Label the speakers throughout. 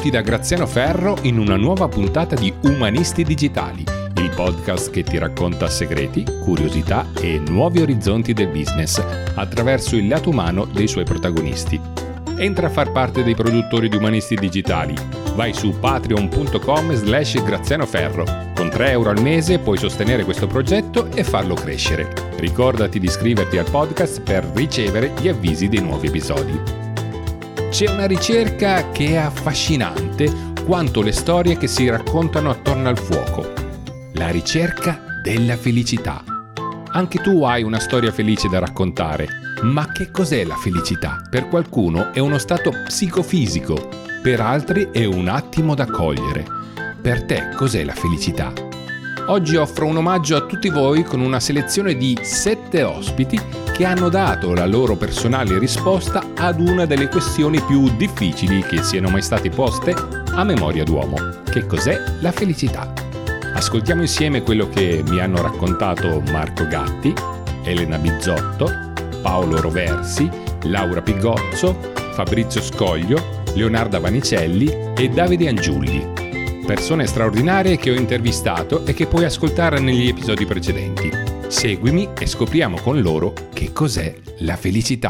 Speaker 1: Benvenuti da Graziano Ferro in una nuova puntata di Umanisti Digitali, il podcast che ti racconta segreti, curiosità e nuovi orizzonti del business attraverso il lato umano dei suoi protagonisti. Entra a far parte dei produttori di Umanisti Digitali. Vai su patreon.com/grazianoferro. Con 3 euro al mese puoi sostenere questo progetto e farlo crescere. Ricordati di iscriverti al podcast per ricevere gli avvisi dei nuovi episodi. C'è una ricerca che è affascinante quanto le storie che si raccontano attorno al fuoco. La ricerca della felicità. Anche tu hai una storia felice da raccontare, ma che cos'è la felicità? Per qualcuno è uno stato psicofisico, per altri è un attimo da cogliere. Per te cos'è la felicità? Oggi offro un omaggio a tutti voi con una selezione di 7 ospiti che hanno dato la loro personale risposta ad una delle questioni più difficili che siano mai state poste a memoria d'uomo. Che cos'è la felicità? Ascoltiamo insieme quello che mi hanno raccontato Marco Gatti, Elena Bizzotto, Paolo Roversi, Laura Pigozzo, Fabrizio Scoglio, Leonarda Vanicelli e Davide Angiulli. Persone straordinarie che ho intervistato e che puoi ascoltare negli episodi precedenti. Seguimi e scopriamo con loro che cos'è la felicità.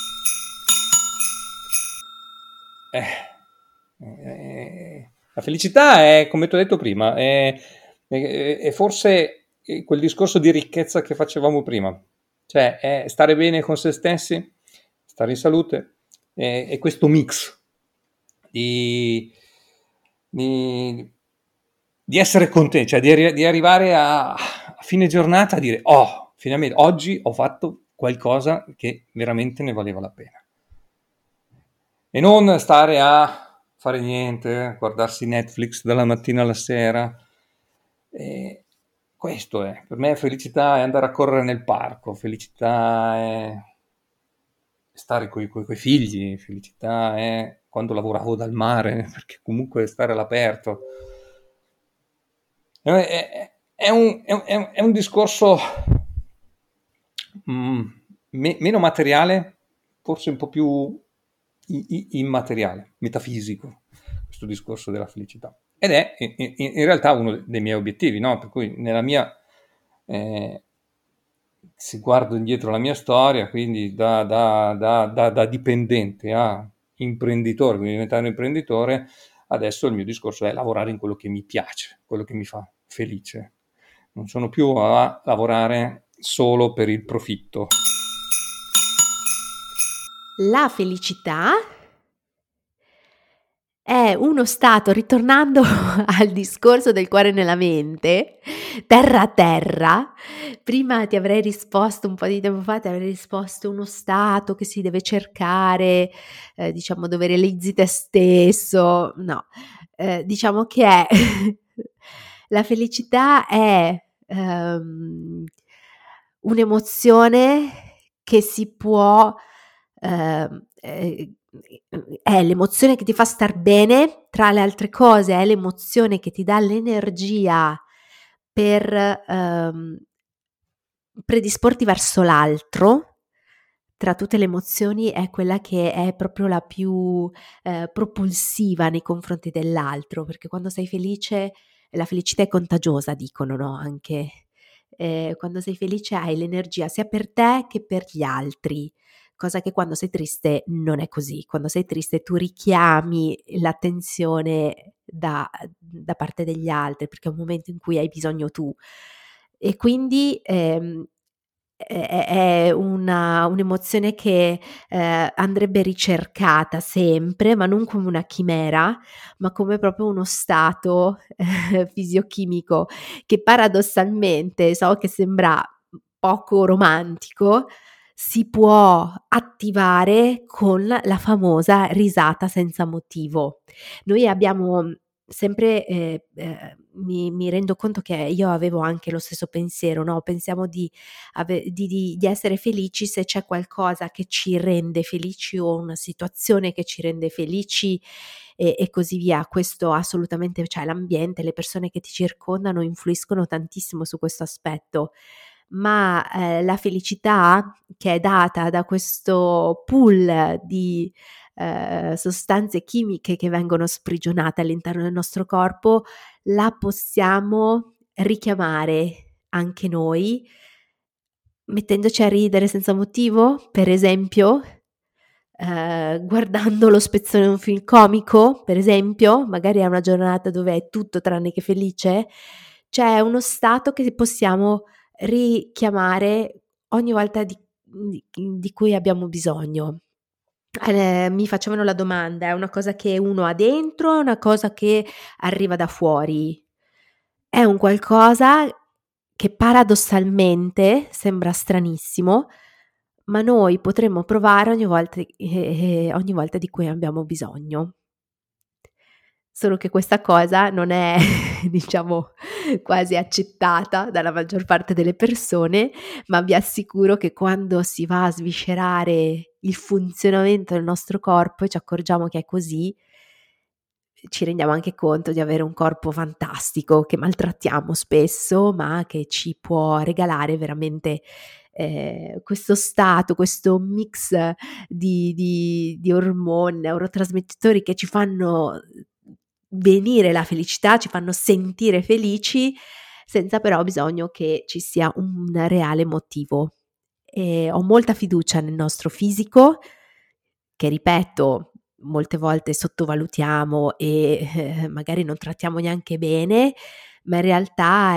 Speaker 2: La felicità è, come ti ho detto prima, è forse quel discorso di ricchezza che facevamo prima. Cioè, è stare bene con se stessi, stare in salute, e questo mix di essere contenti, cioè di arrivare a fine giornata a dire finalmente oggi ho fatto qualcosa che veramente ne valeva la pena, e non stare a fare niente, guardarsi Netflix dalla mattina alla sera. Questo è, per me felicità è andare a correre nel parco, felicità è stare coi figli, felicità è quando lavoravo dal mare, perché comunque stare all'aperto. È un discorso meno materiale, forse un po' più immateriale, metafisico, questo discorso della felicità. Ed è in realtà uno dei miei obiettivi, no? Per cui nella mia, se guardo indietro la mia storia, quindi da dipendente a imprenditore, quindi diventare un imprenditore, adesso il mio discorso è lavorare in quello che mi piace, quello che mi fa felice. Non sono più a lavorare solo per il profitto.
Speaker 3: La felicità è uno stato, ritornando al discorso del cuore nella mente, terra a terra. Prima ti avrei risposto, un po' di tempo fa, ti avrei risposto uno stato che si deve cercare, diciamo dove realizzi te stesso. No, diciamo che è la felicità è un'emozione che si può è l'emozione che ti fa star bene, tra le altre cose è l'emozione che ti dà l'energia per predisporti verso l'altro. Tra tutte le emozioni è quella che è proprio la più propulsiva nei confronti dell'altro, perché quando sei felice, la felicità è contagiosa, dicono, no? Anche quando sei felice hai l'energia sia per te che per gli altri, cosa che quando sei triste non è così. Quando sei triste tu richiami l'attenzione da parte degli altri, perché è un momento in cui hai bisogno tu. E quindi è un'emozione che andrebbe ricercata sempre, ma non come una chimera, ma come proprio uno stato fisiochimico che paradossalmente, so che sembra poco romantico, si può attivare con la famosa risata senza motivo. Noi abbiamo sempre, mi rendo conto che io avevo anche lo stesso pensiero, no, pensiamo di essere felici se c'è qualcosa che ci rende felici o una situazione che ci rende felici e così via. Questo assolutamente, cioè l'ambiente, le persone che ti circondano influiscono tantissimo su questo aspetto. Ma la felicità che è data da questo pool di sostanze chimiche che vengono sprigionate all'interno del nostro corpo, la possiamo richiamare anche noi, mettendoci a ridere senza motivo, per esempio, guardando lo spezzone di un film comico, per esempio, magari è una giornata dove è tutto tranne che felice, c'è uno stato che possiamo richiamare ogni volta di cui abbiamo bisogno. Mi facevano la domanda: è una cosa che uno ha dentro o è una cosa che arriva da fuori? È un qualcosa che paradossalmente sembra stranissimo, ma noi potremmo provare ogni volta di cui abbiamo bisogno. Solo che questa cosa non è, diciamo, quasi accettata dalla maggior parte delle persone, ma vi assicuro che quando si va a sviscerare il funzionamento del nostro corpo e ci accorgiamo che è così, ci rendiamo anche conto di avere un corpo fantastico che maltrattiamo spesso, ma che ci può regalare veramente questo stato, questo mix di ormoni, neurotrasmettitori che ci fanno venire la felicità, ci fanno sentire felici, senza però bisogno che ci sia un reale motivo. Ho molta fiducia nel nostro fisico, che ripeto, molte volte sottovalutiamo e magari non trattiamo neanche bene, ma in realtà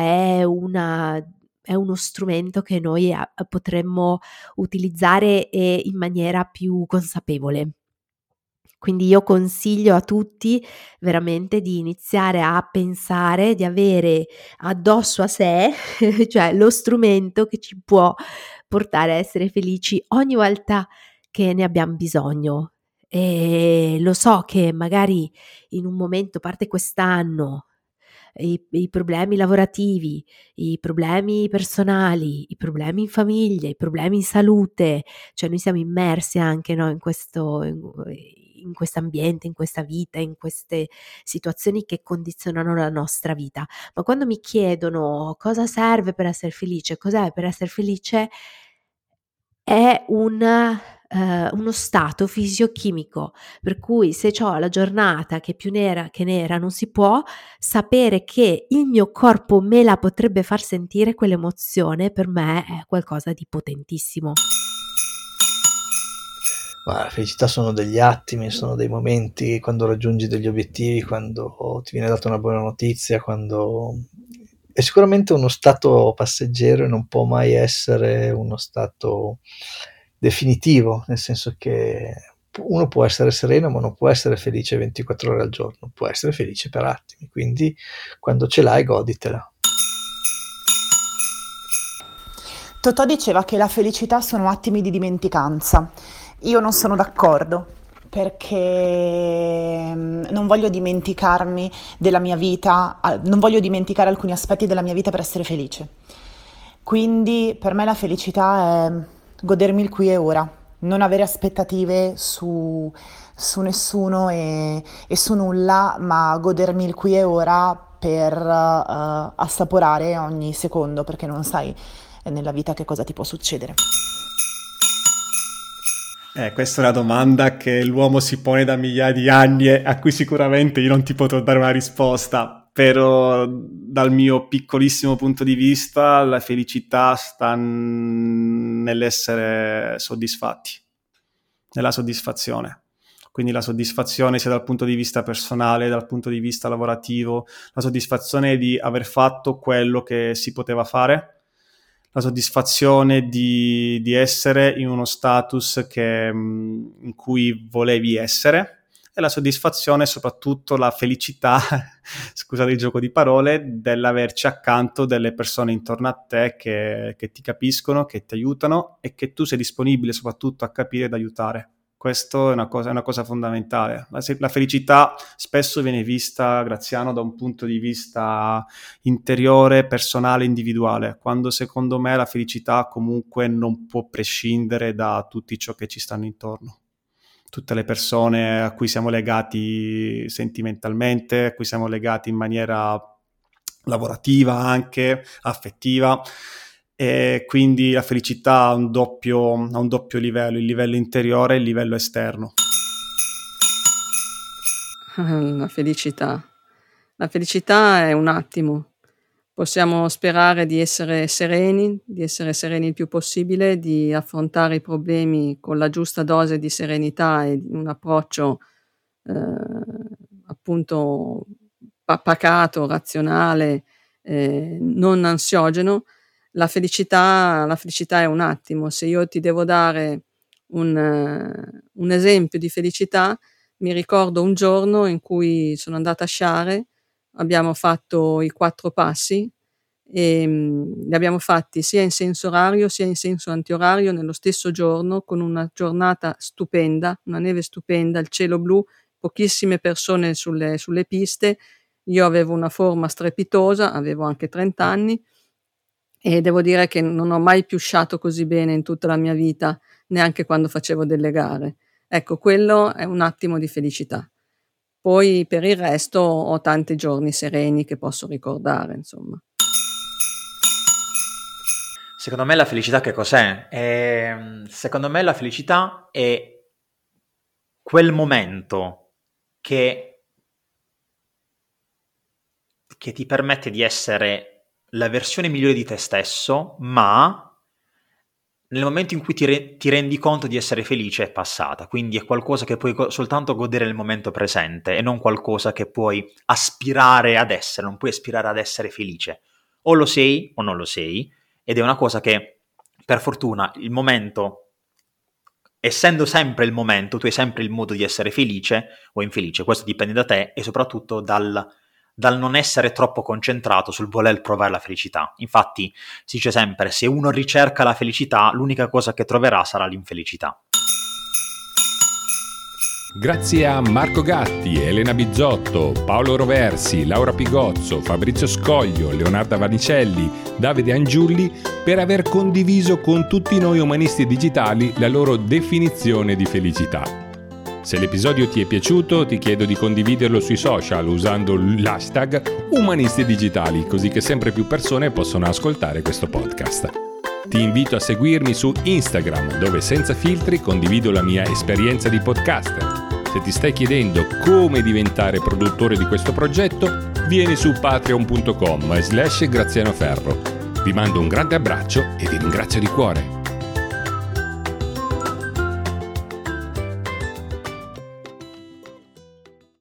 Speaker 3: è uno strumento che noi potremmo utilizzare in maniera più consapevole. Quindi io consiglio a tutti veramente di iniziare a pensare di avere addosso a sé, cioè lo strumento che ci può portare a essere felici ogni volta che ne abbiam bisogno. Lo so che magari in un momento, a parte quest'anno, i problemi lavorativi, i problemi personali, i problemi in famiglia, i problemi in salute, cioè noi siamo immersi anche, no, in quest'ambiente, in questa vita, in queste situazioni che condizionano la nostra vita. Ma quando mi chiedono cosa serve per essere felice, cos'è per essere felice, è uno stato fisiochimico, per cui se c'ho la giornata che è più nera che nera non si può, sapere che il mio corpo me la potrebbe far sentire quell'emozione per me è qualcosa di potentissimo.
Speaker 4: Ma la felicità sono degli attimi, sono dei momenti quando raggiungi degli obiettivi, quando ti viene data una buona notizia, quando è sicuramente uno stato passeggero e non può mai essere uno stato definitivo, nel senso che uno può essere sereno ma non può essere felice 24 ore al giorno, può essere felice per attimi, quindi quando ce l'hai goditela.
Speaker 5: Totò diceva che la felicità sono attimi di dimenticanza. Io non sono d'accordo perché non voglio dimenticarmi della mia vita, non voglio dimenticare alcuni aspetti della mia vita per essere felice. Quindi per me la felicità è godermi il qui e ora, non avere aspettative su nessuno e su nulla, ma godermi il qui e ora per assaporare ogni secondo, perché non sai nella vita che cosa ti può succedere.
Speaker 6: Questa è una domanda che l'uomo si pone da migliaia di anni e a cui sicuramente io non ti potrò dare una risposta, però dal mio piccolissimo punto di vista la felicità sta nell'essere soddisfatti, nella soddisfazione. Quindi la soddisfazione sia dal punto di vista personale, dal punto di vista lavorativo, la soddisfazione di aver fatto quello che si poteva fare, la soddisfazione di essere in uno status in cui volevi essere, e la soddisfazione, soprattutto la felicità, scusate il gioco di parole, dell'averci accanto delle persone intorno a te che ti capiscono, che ti aiutano e che tu sei disponibile soprattutto a capire ed aiutare. Questo è una cosa fondamentale. La felicità spesso viene vista, Graziano, da un punto di vista interiore, personale, individuale, quando secondo me la felicità comunque non può prescindere da tutti ciò che ci stanno intorno. Tutte le persone a cui siamo legati sentimentalmente, a cui siamo legati in maniera lavorativa anche, affettiva. E quindi la felicità ha un doppio livello, il livello interiore e il livello esterno.
Speaker 7: La felicità. La felicità è un attimo. Possiamo sperare di essere sereni il più possibile, di affrontare i problemi con la giusta dose di serenità e di un approccio appunto pacato, razionale, non ansiogeno. La felicità è un attimo. Se io ti devo dare un esempio di felicità, mi ricordo un giorno in cui sono andata a sciare, abbiamo fatto i 4 passi e li abbiamo fatti sia in senso orario sia in senso antiorario nello stesso giorno, con una giornata stupenda, una neve stupenda, il cielo blu, pochissime persone sulle piste. Io avevo una forma strepitosa, avevo anche 30 anni e devo dire che non ho mai più sciato così bene in tutta la mia vita, neanche quando facevo delle gare. Ecco, quello è un attimo di felicità. Poi per il resto ho tanti giorni sereni che posso ricordare, insomma.
Speaker 8: Secondo me la felicità che cos'è? Secondo me la felicità è quel momento che ti permette di essere la versione migliore di te stesso, ma nel momento in cui ti rendi conto di essere felice è passata, quindi è qualcosa che puoi soltanto godere nel momento presente e non qualcosa che puoi aspirare ad essere, non puoi aspirare ad essere felice. O lo sei o non lo sei, ed è una cosa che, per fortuna, il momento, essendo sempre il momento, tu hai sempre il modo di essere felice o infelice, questo dipende da te e soprattutto dal non essere troppo concentrato sul voler provare la felicità. Infatti si dice sempre, se uno ricerca la felicità, l'unica cosa che troverà sarà l'infelicità.
Speaker 1: Grazie a Marco Gatti, Elena Bizzotto, Paolo Roversi, Laura Pigozzo, Fabrizio Scoglio, Leonardo Vanicelli, Davide Angiulli per aver condiviso con tutti noi umanisti digitali la loro definizione di felicità. Se l'episodio ti è piaciuto, ti chiedo di condividerlo sui social usando l'hashtag Umanisti Digitali, così che sempre più persone possono ascoltare questo podcast. Ti invito a seguirmi su Instagram, dove senza filtri condivido la mia esperienza di podcaster. Se ti stai chiedendo come diventare produttore di questo progetto, vieni su patreon.com/GrazianoFerro. Vi mando un grande abbraccio e vi ringrazio di cuore.